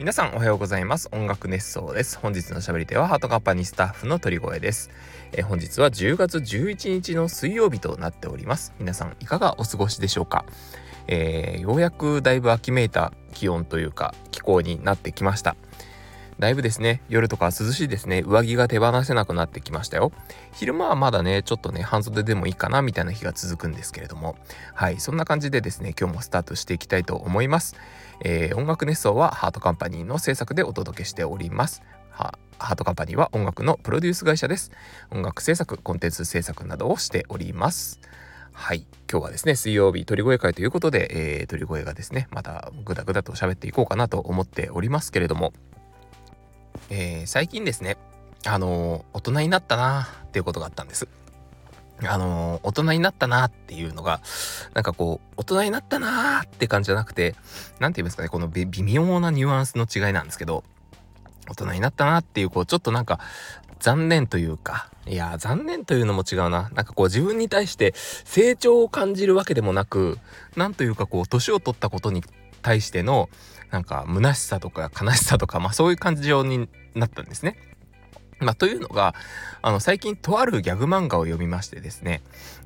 皆さんおはようございます。音楽熱奏です。本日の喋り手はハートカンパニースタッフの鳥越です。本日は10月11日の水曜日となっております。皆さんいかがお過ごしでしょうか。ようやくだいぶ秋めいた気温というか気候になってきました。だいぶですね、夜とか涼しいですね。上着が手放せなくなってきましたよ。昼間はまだね、ちょっとね、半袖でもいいかなみたいな日が続くんですけれども、はい、そんな感じでですね、今日もスタートしていきたいと思います。音楽熱奏はハートカンパニーの制作でお届けしております。ハートカンパニーは音楽のプロデュース会社です。音楽制作、コンテンツ制作などをしております。はい、今日はですね、水曜日鳥越会ということで、鳥越がですね、またグダグダと喋っていこうかなと思っておりますけれども、最近ですね、大人になったなっていうことがあったんです。大人になったなっていうのが、なんかこう、大人になったなって感じじゃなくて、なんて言いますかね、この微妙なニュアンスの違いなんですけど、大人になったなっていう、こう、ちょっとなんか、残念というか、いや、残念というのも違うな。なんかこう、自分に対して成長を感じるわけでもなく、なんというかこう、年を取ったことに対しての、なんか、虚しさとか悲しさとか、そういう感情になったんですね。というのが、最近とあるギャグ漫画を読みましてですね、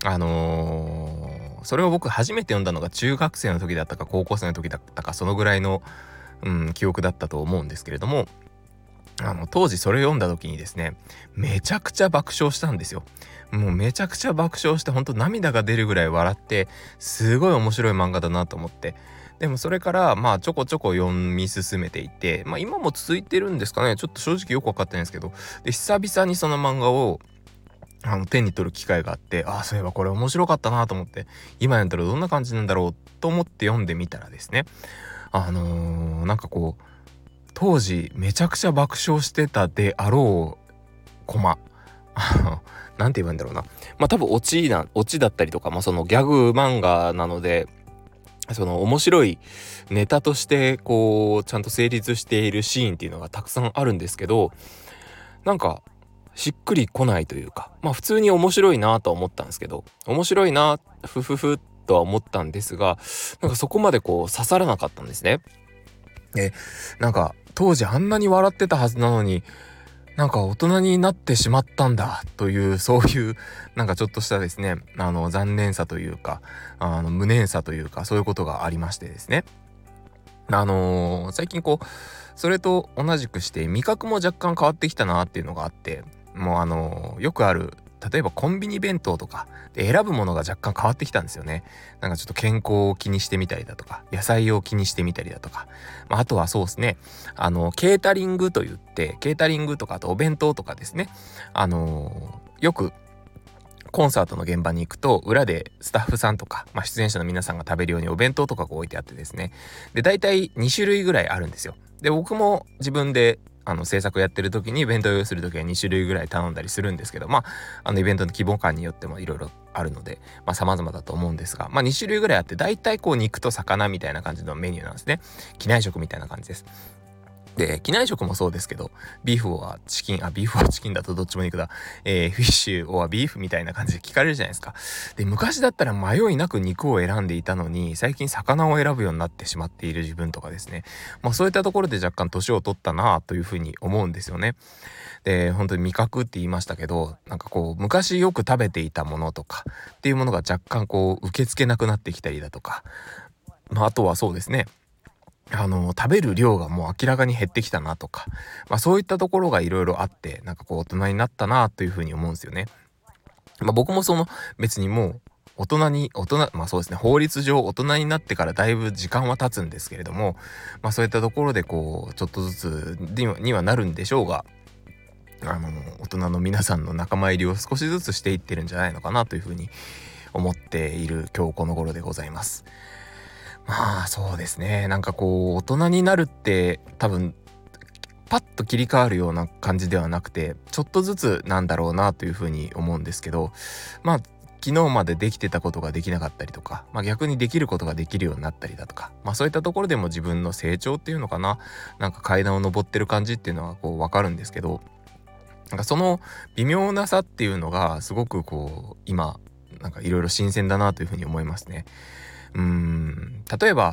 それを僕初めて読んだのが中学生の時だったか高校生の時だったか、そのぐらいの、記憶だったと思うんですけれども、当時それを読んだ時にですね、めちゃくちゃ爆笑したんですよ。もうめちゃくちゃ爆笑して、ほんと涙が出るぐらい笑って、すごい面白い漫画だなと思って。でもそれからちょこちょこ読み進めていて、今も続いてるんですかね。ちょっと正直よく分かってないんですけど、で久々にその漫画を手に取る機会があって、そういえばこれ面白かったなと思って、今読んだらどんな感じなんだろうと思って読んでみたらですね、なんかこう当時めちゃくちゃ爆笑してたであろうコマなんて言えばいいんだろうな。多分オチだったりとか、そのギャグ漫画なので、その面白いネタとしてこうちゃんと成立しているシーンっていうのがたくさんあるんですけど、なんかしっくりこないというか、普通に面白いなとは思ったんですけど、面白いなふふふとは思ったんですが、なんかそこまでこう刺さらなかったんですね。なんか当時あんなに笑ってたはずなのに、なんか大人になってしまったんだという、そういうなんかちょっとしたですね、残念さというか、無念さというか、そういうことがありましてですね。最近こうそれと同じくして味覚も若干変わってきたなっていうのがあって、もうよくある、例えばコンビニ弁当とかで選ぶものが若干変わってきたんですよね。なんかちょっと健康を気にしてみたりだとか、野菜を気にしてみたりだとか、あとはそうですね、ケータリングと言って、ケータリングとかあとお弁当とかですね、よくコンサートの現場に行くと裏でスタッフさんとか、出演者の皆さんが食べるようにお弁当とかが置いてあってですね、で大体2種類ぐらいあるんですよ。で僕も自分で制作やってる時に弁当用意する時は2種類ぐらい頼んだりするんですけど、イベントの規模感によってもいろいろあるので様々だと思うんですが、2種類ぐらいあって大体こう肉と魚みたいな感じのメニューなんですね。機内食みたいな感じです。で、機内食もそうですけど、ビーフはチキンだとどっちも肉だ。フィッシュはビーフみたいな感じで聞かれるじゃないですか。で、昔だったら迷いなく肉を選んでいたのに、最近魚を選ぶようになってしまっている自分とかですね。そういったところで若干年を取ったなというふうに思うんですよね。で、本当に味覚って言いましたけど、なんかこう、昔よく食べていたものとかっていうものが若干こう、受け付けなくなってきたりだとか、あとはそうですね。食べる量がもう明らかに減ってきたなとか、そういったところがいろいろあって、なんかこう大人になったなというふうに思うんですよね。僕もその別にもうそうですね、法律上大人になってからだいぶ時間は経つんですけれども、そういったところでこうちょっとずつにはなるんでしょうが、大人の皆さんの仲間入りを少しずつしていってるんじゃないのかなというふうに思っている今日この頃でございます。そうですね。なんかこう大人になるって多分パッと切り替わるような感じではなくて、ちょっとずつなんだろうなというふうに思うんですけど、昨日までできてたことができなかったりとか、逆にできることができるようになったりだとか、そういったところでも自分の成長っていうのかな、なんか階段を上ってる感じっていうのはこうわかるんですけど、なんかその微妙な差っていうのがすごくこう今なんかいろいろ新鮮だなというふうに思いますね。例えば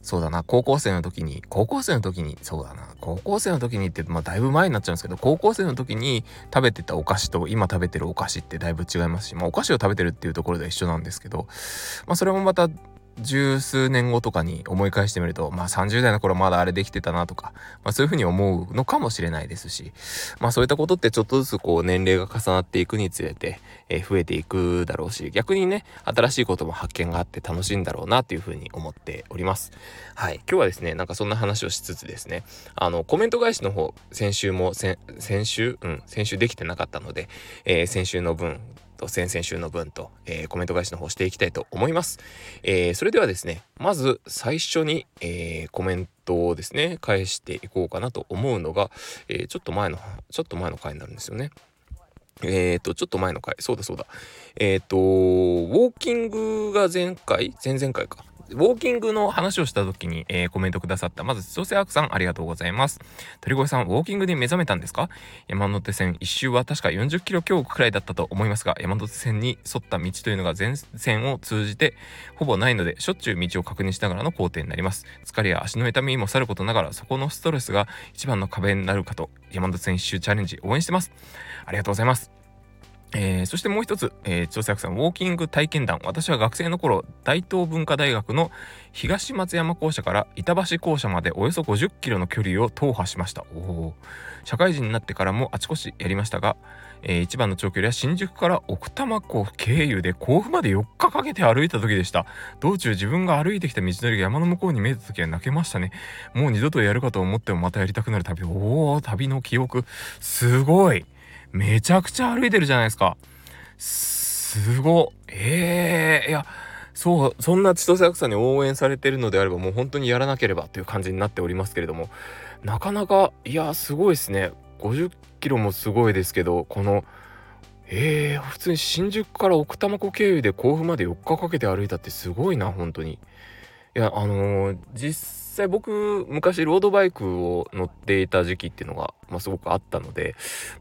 そうだな、高校生の時にそうだな、高校生の時にって、だいぶ前になっちゃうんですけど、高校生の時に食べてたお菓子と今食べてるお菓子ってだいぶ違いますし、お菓子を食べてるっていうところでは一緒なんですけど、それもまた十数年後とかに思い返してみると、30代の頃まだあれできてたなとか、そういうふうに思うのかもしれないですし、そういったことってちょっとずつこう年齢が重なっていくにつれて、増えていくだろうし、逆にね、新しいことも発見があって楽しいんだろうなっていうふうに思っております。はい。今日はですね、なんかそんな話をしつつですね、コメント返しの方、先週できてなかったので、先週の分と先々週の分と、コメント返しの方していきたいと思います。それではですね、まず最初に、コメントをですね返していこうかなと思うのが、ちょっと前の回になるんですよね。ちょっと前の回、そうだ。ウォーキングが前々回か。ウォーキングの話をした時に、コメントくださった、まず千歳アークさん、ありがとうございます。鳥越さん、ウォーキングに目覚めたんですか？山手線一周は確か40キロ強くらいだったと思いますが、山手線に沿った道というのが全線を通じてほぼないので、しょっちゅう道を確認しながらの工程になります。疲れや足の痛みもさることながら、そこのストレスが一番の壁になるかと、山手線一周チャレンジ応援してます。ありがとうございます。そしてもう一つ、調査役さん、ウォーキング体験談。私は学生の頃、大東文化大学の東松山校舎から板橋校舎までおよそ50キロの距離を踏破しました。社会人になってからもあちこちやりましたが、一番の長距離は新宿から奥多摩湖経由で甲府まで4日かけて歩いた時でした。道中自分が歩いてきた道のりが山の向こうに見えた時は泣けましたね。もう二度とやるかと思ってもまたやりたくなる旅。旅の記憶、すごい。めちゃくちゃ歩いてるじゃないですか。すごいや、そんな千歳役さんに応援されてるのであれば、もう本当にやらなければという感じになっておりますけれども、なかなかすごいですね。50キロもすごいですけど、この普通に新宿から奥多摩湖経由で甲府まで4日かけて歩いたってすごいな、本当に。実際僕昔ロードバイクを乗っていた時期っていうのが、すごくあったので、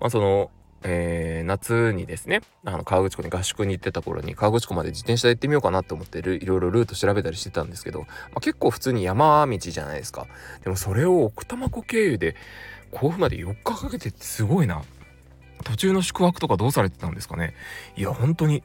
夏にですね、河口湖に合宿に行ってた頃に、河口湖まで自転車で行ってみようかなと思っていろいろルート調べたりしてたんですけど、結構普通に山道じゃないですか。でもそれを奥多摩湖経由で甲府まで4日かけてってすごいな。途中の宿泊とかどうされてたんですかね。本当に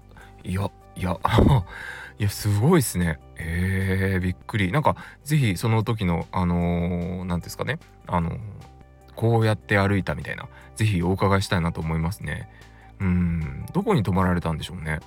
すごいですね。びっくり。なんかぜひその時のなんですかね、こうやって歩いたみたいな、ぜひお伺いしたいなと思いますね。どこに泊まられたんでしょうね。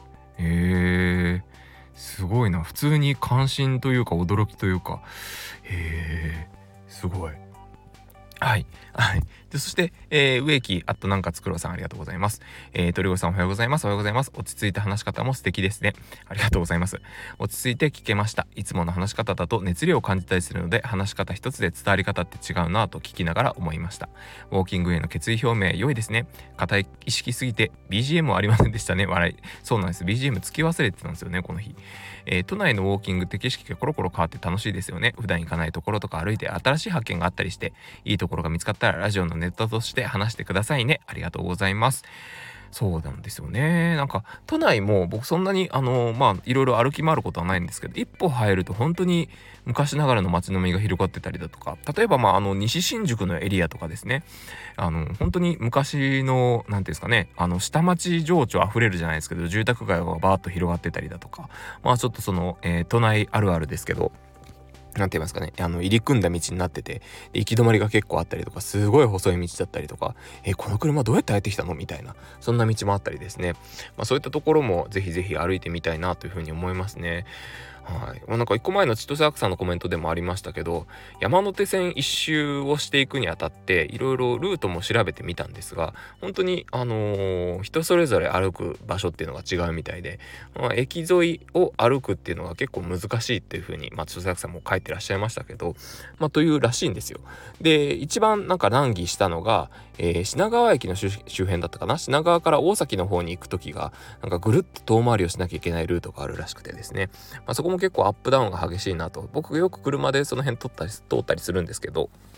すごいな。普通に関心というか驚きというか、すごい。はい。で、そして、植木なんかつくろさん、ありがとうございます。鳥越さん、おはようございます。落ち着いた話し方も素敵ですね。ありがとうございます。落ち着いて聞けました。いつもの話し方だと熱量を感じたりするので、話し方一つで伝わり方って違うなぁと聞きながら思いました。ウォーキングへの決意表明、良いですね。固い意識すぎて BGM はありませんでしたね。笑い。そうなんです。BGM 付き忘れてたんですよね、この日。都内のウォーキングって景色がコロコロ変わって楽しいですよね。普段行かないところとか歩いて新しい発見があったりして、いいところが見つかったらラジオのネタとして話してくださいね。ありがとうございます。そうなんですよね。なんか都内も僕そんなにいろいろ歩き回ることはないんですけど、一歩入ると本当に昔ながらの街並みが広がってたりだとか、例えば西新宿のエリアとかですね、本当に昔のなんていうんですかね、下町情緒あふれるじゃないですけど、住宅街がバーッと広がってたりだとか、ちょっとその、都内あるあるですけど、なんて言いますかね、入り組んだ道になってて、行き止まりが結構あったりとか、すごい細い道だったりとか、この車どうやって入ってきたのみたいな、そんな道もあったりですね。そういったところもぜひぜひ歩いてみたいなというふうに思いますね。はい。なんか一個前の千歳アクさんのコメントでもありましたけど、山手線一周をしていくにあたっていろいろルートも調べてみたんですが、本当に人それぞれ歩く場所っていうのが違うみたいで、駅沿いを歩くっていうのが結構難しいっていう風に千歳アクさんも書いてらっしゃいましたけど、というらしいんですよ。で、一番なんか難儀したのが、品川駅の周辺だったかな。品川から大崎の方に行く時がなんかぐるっと遠回りをしなきゃいけないルートがあるらしくてですね、そこも結構アップダウンが激しいなと。僕よく車でその辺通ったりするんですけど、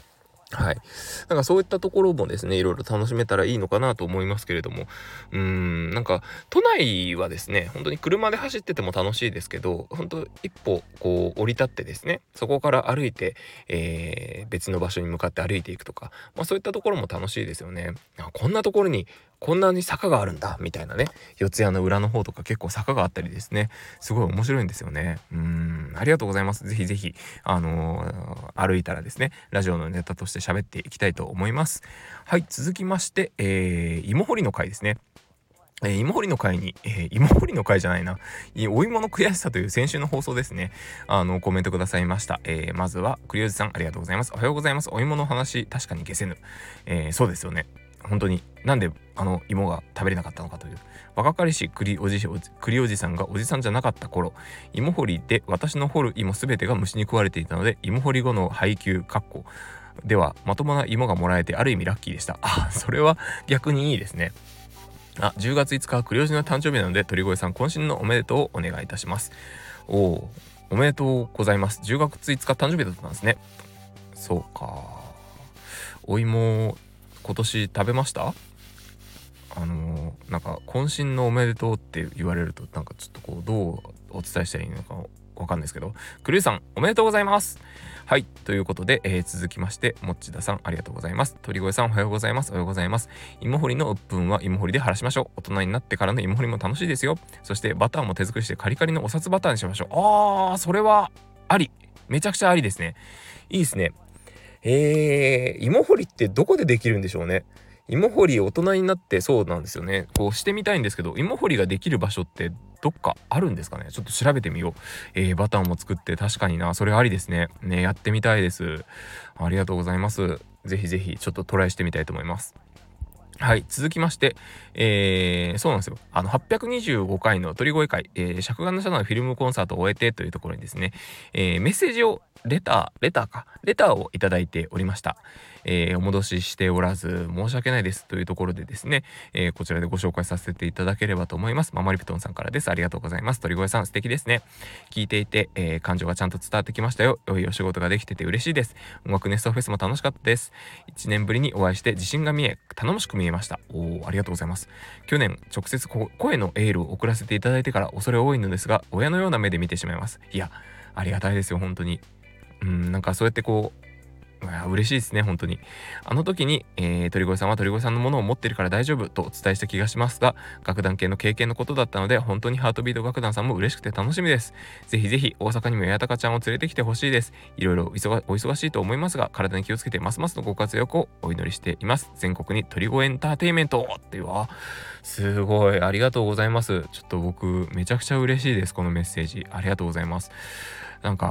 はい。なんかそういったところもですね、いろいろ楽しめたらいいのかなと思いますけれども、なんか都内はですね、本当に車で走ってても楽しいですけど、本当一歩こう降り立ってですね、そこから歩いて、別の場所に向かって歩いていくとか、そういったところも楽しいですよね。こんなところにこんなに坂があるんだみたいなね、四谷の裏の方とか結構坂があったりですね、すごい面白いんですよね。ありがとうございます。ぜひぜひ歩いたらですね、ラジオのネタとして喋っていきたいと思います。はい、続きまして、芋掘りの回ですね。芋掘りの回に、芋掘りの回じゃないな、お芋の悔しさという先週の放送ですね、コメントくださいました。まずは栗おじさん、ありがとうございます。おはようございます。お芋の話確かに消せぬ。そうですよね。本当になんで芋が食べれなかったのかという、若かりし栗おじさんがおじさんじゃなかった頃、芋掘りで私の掘る芋すべてが虫に食われていたので、芋掘り後の配給ではまともな芋がもらえてある意味ラッキーでした。それは逆にいいですね。10月5日は栗おじの誕生日なので、鳥越さん渾身のおめでとうをお願いいたします。おめでとうございます。10月5日誕生日だったんですね。そうか。お芋今年食べました？なんか渾身のおめでとうって言われると、なんかちょっとこうどうお伝えしたらいいのかわかんないですけど、クリュウさんおめでとうございます。はい、ということで、続きましてもっちださんありがとうございます。鳥越さんおはようございます。おはようございます。芋掘りの鬱憤は芋掘りで晴らしましょう。大人になってからの芋掘りも楽しいですよ。そしてバターも手作りしてカリカリのお札バターにしましょう。それはあり、めちゃくちゃありですね。いいですね。芋掘りってどこでできるんでしょうね。芋掘り大人になってそうなんですよね。こうしてみたいんですけど、芋掘りができる場所ってどっかあるんですかね。ちょっと調べてみよう。バターも作って確かにな、それありですね。ね、やってみたいです。ありがとうございます。ぜひぜひちょっとトライしてみたいと思います。はい、続きまして、そうなんですよ。825回の鳥越会、尺眼の社のフィルムコンサートを終えてというところにですね、メッセージをレターをいただいておりました。お戻ししておらず申し訳ないですというところでですね、こちらでご紹介させていただければと思います。ママリプトンさんからです。ありがとうございます。鳥越さん素敵ですね。聞いていて、感情がちゃんと伝わってきましたよ。良いお仕事ができてて嬉しいです。音楽ネストフェスも楽しかったです。1年ぶりにお会いして自信が見え、頼もしく見えました。ありがとうございます。去年直接声のエールを送らせていただいてから恐れ多いのですが、親のような目で見てしまいます。いや、ありがたいですよ本当に。なんかそうやってこう嬉しいですね本当に。あの時に、鳥越さんは鳥越さんのものを持ってるから大丈夫とお伝えした気がしますが、楽団系の経験のことだったので本当にハートビート楽団さんも嬉しくて楽しみです。ぜひぜひ大阪にもやたかちゃんを連れてきてほしいです。いろいろお忙しいと思いますが、体に気をつけてますますのご活躍をお祈りしています。全国に鳥越エンターテイメントっていうすごいありがとうございます。ちょっと僕めちゃくちゃ嬉しいです。このメッセージありがとうございます。なんか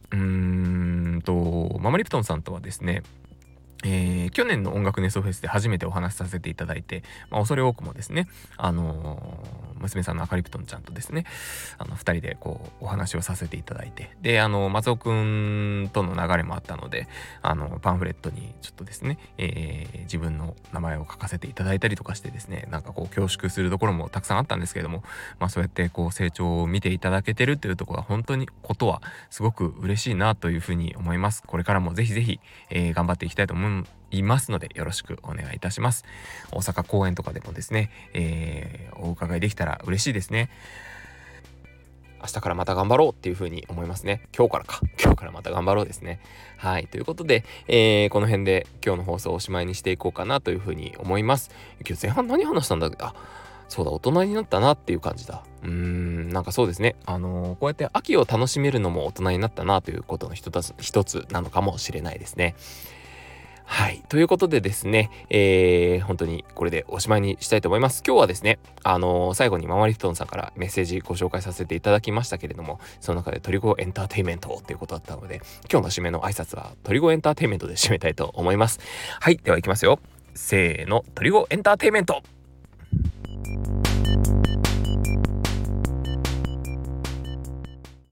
ママリプトンさんとはですね、去年の音楽ネストフェスで初めてお話しさせていただいて、恐れ多くもですね、娘さんのアカリプトンちゃんとですね、2人でこうお話をさせていただいて、で松尾くんとの流れもあったので、パンフレットにちょっとですね、自分の名前を書かせていただいたりとかしてですね、なんかこう恐縮するところもたくさんあったんですけれども、そうやってこう成長を見ていただけてるというところは本当にことはすごく嬉しいなというふうに思います。これからもぜひぜひ、頑張っていきたいと思いますのでよろしくお願いいたします。大阪公演とかでもですね、お伺いできたら嬉しいですね。明日からまた頑張ろうっていう風に思いますね。今日からまた頑張ろうですね。はい。ということで、この辺で今日の放送をおしまいにしていこうかなという風に思います。今日前半何話したんだっけ？そうだ、大人になったなっていう感じだ。なんかそうですね。こうやって秋を楽しめるのも大人になったなということの一つなのかもしれないですね。はい。ということでですね、本当にこれでおしまいにしたいと思います。今日はですね、最後にママリフトンさんからメッセージご紹介させていただきましたけれども、その中でトリゴエンターテイメントということだったので、今日の締めの挨拶はトリゴエンターテイメントで締めたいと思います。はい。では行きますよ。せーの、トリゴエンターテイメント。